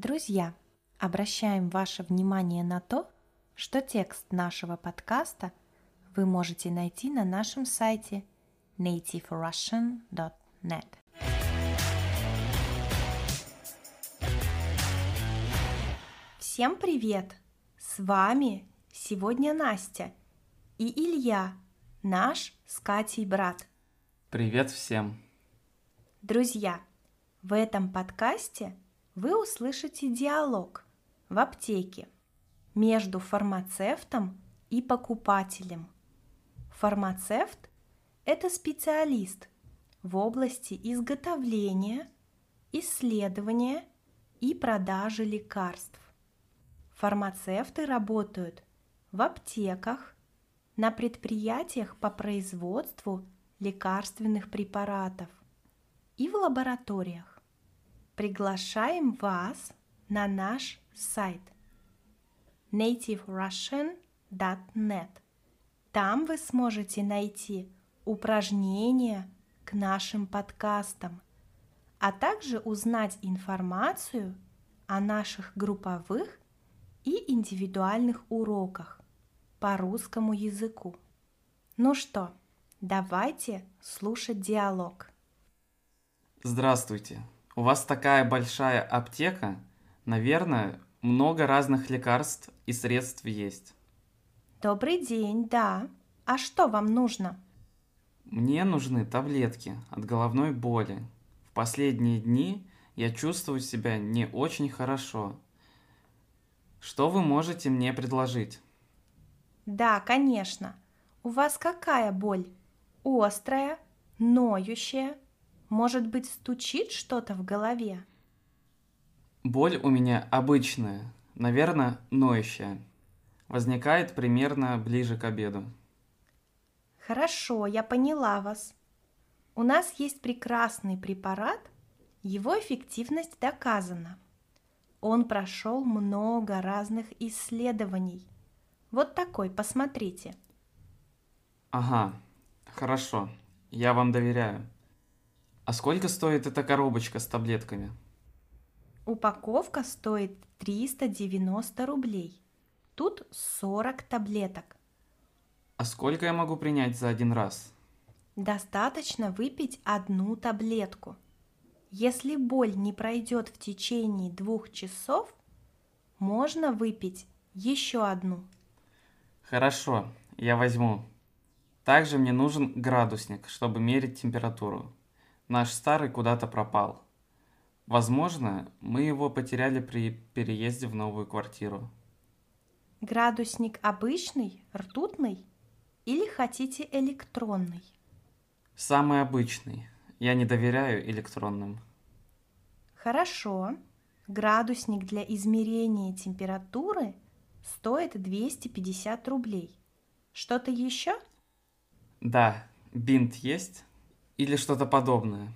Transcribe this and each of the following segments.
Друзья, обращаем ваше внимание на то, что текст нашего подкаста вы можете найти на нашем сайте nativerussian.net. Всем привет! С вами сегодня Настя и Илья, наш с Катей брат. Привет всем! Друзья, в этом подкасте вы услышите диалог в аптеке между фармацевтом и покупателем. Фармацевт – это специалист в области изготовления, исследования и продажи лекарств. Фармацевты работают в аптеках, на предприятиях по производству лекарственных препаратов и в лабораториях. Приглашаем вас на наш сайт nativerussian.net. Там вы сможете найти упражнения к нашим подкастам, а также узнать информацию о наших групповых и индивидуальных уроках по русскому языку. Ну что, давайте слушать диалог. Здравствуйте! У вас такая большая аптека, наверное, много разных лекарств и средств есть. Добрый день, да. А что вам нужно? Мне нужны таблетки от головной боли. В последние дни я чувствую себя не очень хорошо. Что вы можете мне предложить? Да, конечно. У вас какая боль? Острая, ноющая? Может быть, стучит что-то в голове? Боль у меня обычная, наверное, ноющая. Возникает примерно ближе к обеду. Хорошо, я поняла вас. У нас есть прекрасный препарат, его эффективность доказана. Он прошел много разных исследований. Вот такой, посмотрите. Ага, хорошо, я вам доверяю. А сколько стоит эта коробочка с таблетками? Упаковка стоит 390 рублей. Тут 40 таблеток. А сколько я могу принять за один раз? Достаточно выпить одну таблетку. Если боль не пройдет в течение 2 часов, можно выпить еще одну. Хорошо, я возьму. Также мне нужен градусник, чтобы мерить температуру. Наш старый куда-то пропал. Возможно, мы его потеряли при переезде в новую квартиру. Градусник обычный, ртутный или хотите электронный? Самый обычный. Я не доверяю электронным. Хорошо. Градусник для измерения температуры стоит 250 рублей. Что-то еще? Да, бинт есть? Или что-то подобное?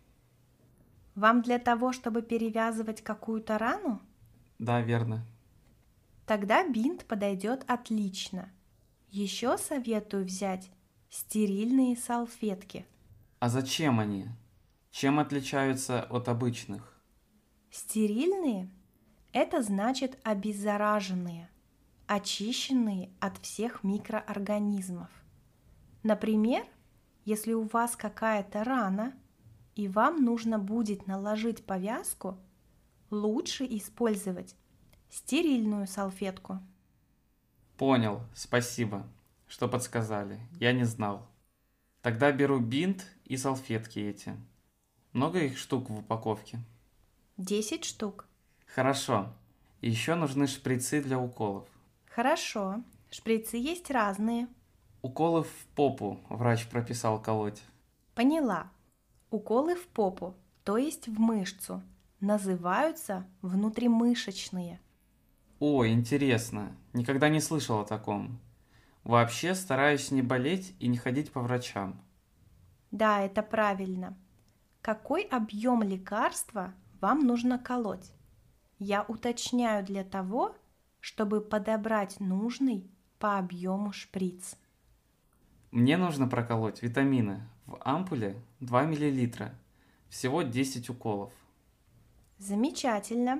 Вам для того, чтобы перевязывать какую-то рану? Да, верно. Тогда бинт подойдет отлично. Еще советую взять стерильные салфетки. А зачем они? Чем отличаются от обычных? Стерильные – это значит обеззараженные, очищенные от всех микроорганизмов. Например, если у вас какая-то рана, и вам нужно будет наложить повязку, лучше использовать стерильную салфетку. Понял, спасибо, что подсказали. Я не знал. Тогда беру бинт и салфетки эти. Много их штук в упаковке? 10 штук. Хорошо. И еще нужны шприцы для уколов. Хорошо. Шприцы есть разные. Уколы в попу врач прописал колоть. Поняла. Уколы в попу, то есть в мышцу, называются внутримышечные. О, интересно. Никогда не слышал о таком. Вообще стараюсь не болеть и не ходить по врачам. Да, это правильно. Какой объем лекарства вам нужно колоть? Я уточняю для того, чтобы подобрать нужный по объему шприц. Мне нужно проколоть витамины. В ампуле 2 мл. Всего 10 уколов. Замечательно.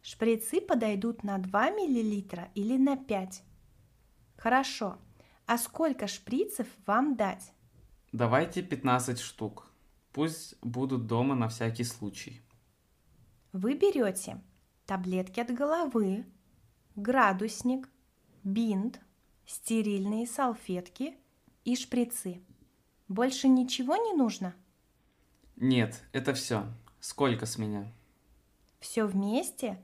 Шприцы подойдут на 2 мл или на 5? Хорошо. А сколько шприцев вам дать? Давайте 15 штук. Пусть будут дома на всякий случай. Вы берете таблетки от головы, градусник, бинт, стерильные салфетки и шприцы. Больше ничего не нужно? Нет, это все. Сколько с меня? Все вместе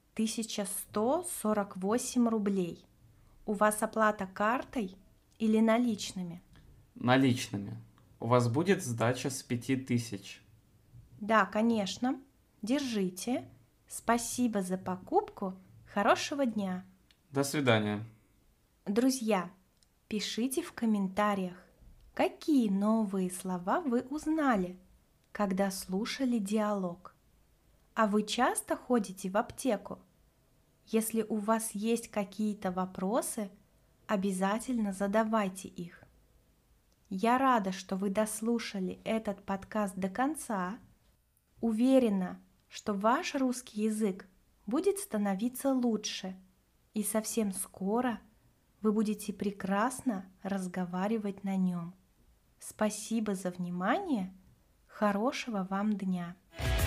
1148 рублей. У вас оплата картой или наличными? Наличными. У вас будет сдача с 5000. Да, конечно. Держите. Спасибо за покупку. Хорошего дня. До свидания. Друзья, пишите в комментариях, какие новые слова вы узнали, когда слушали диалог. А вы часто ходите в аптеку? Если у вас есть какие-то вопросы, обязательно задавайте их. Я рада, что вы дослушали этот подкаст до конца. Уверена, что ваш русский язык будет становиться лучше, и совсем скоро вы будете прекрасно разговаривать на нем. Спасибо за внимание. Хорошего вам дня!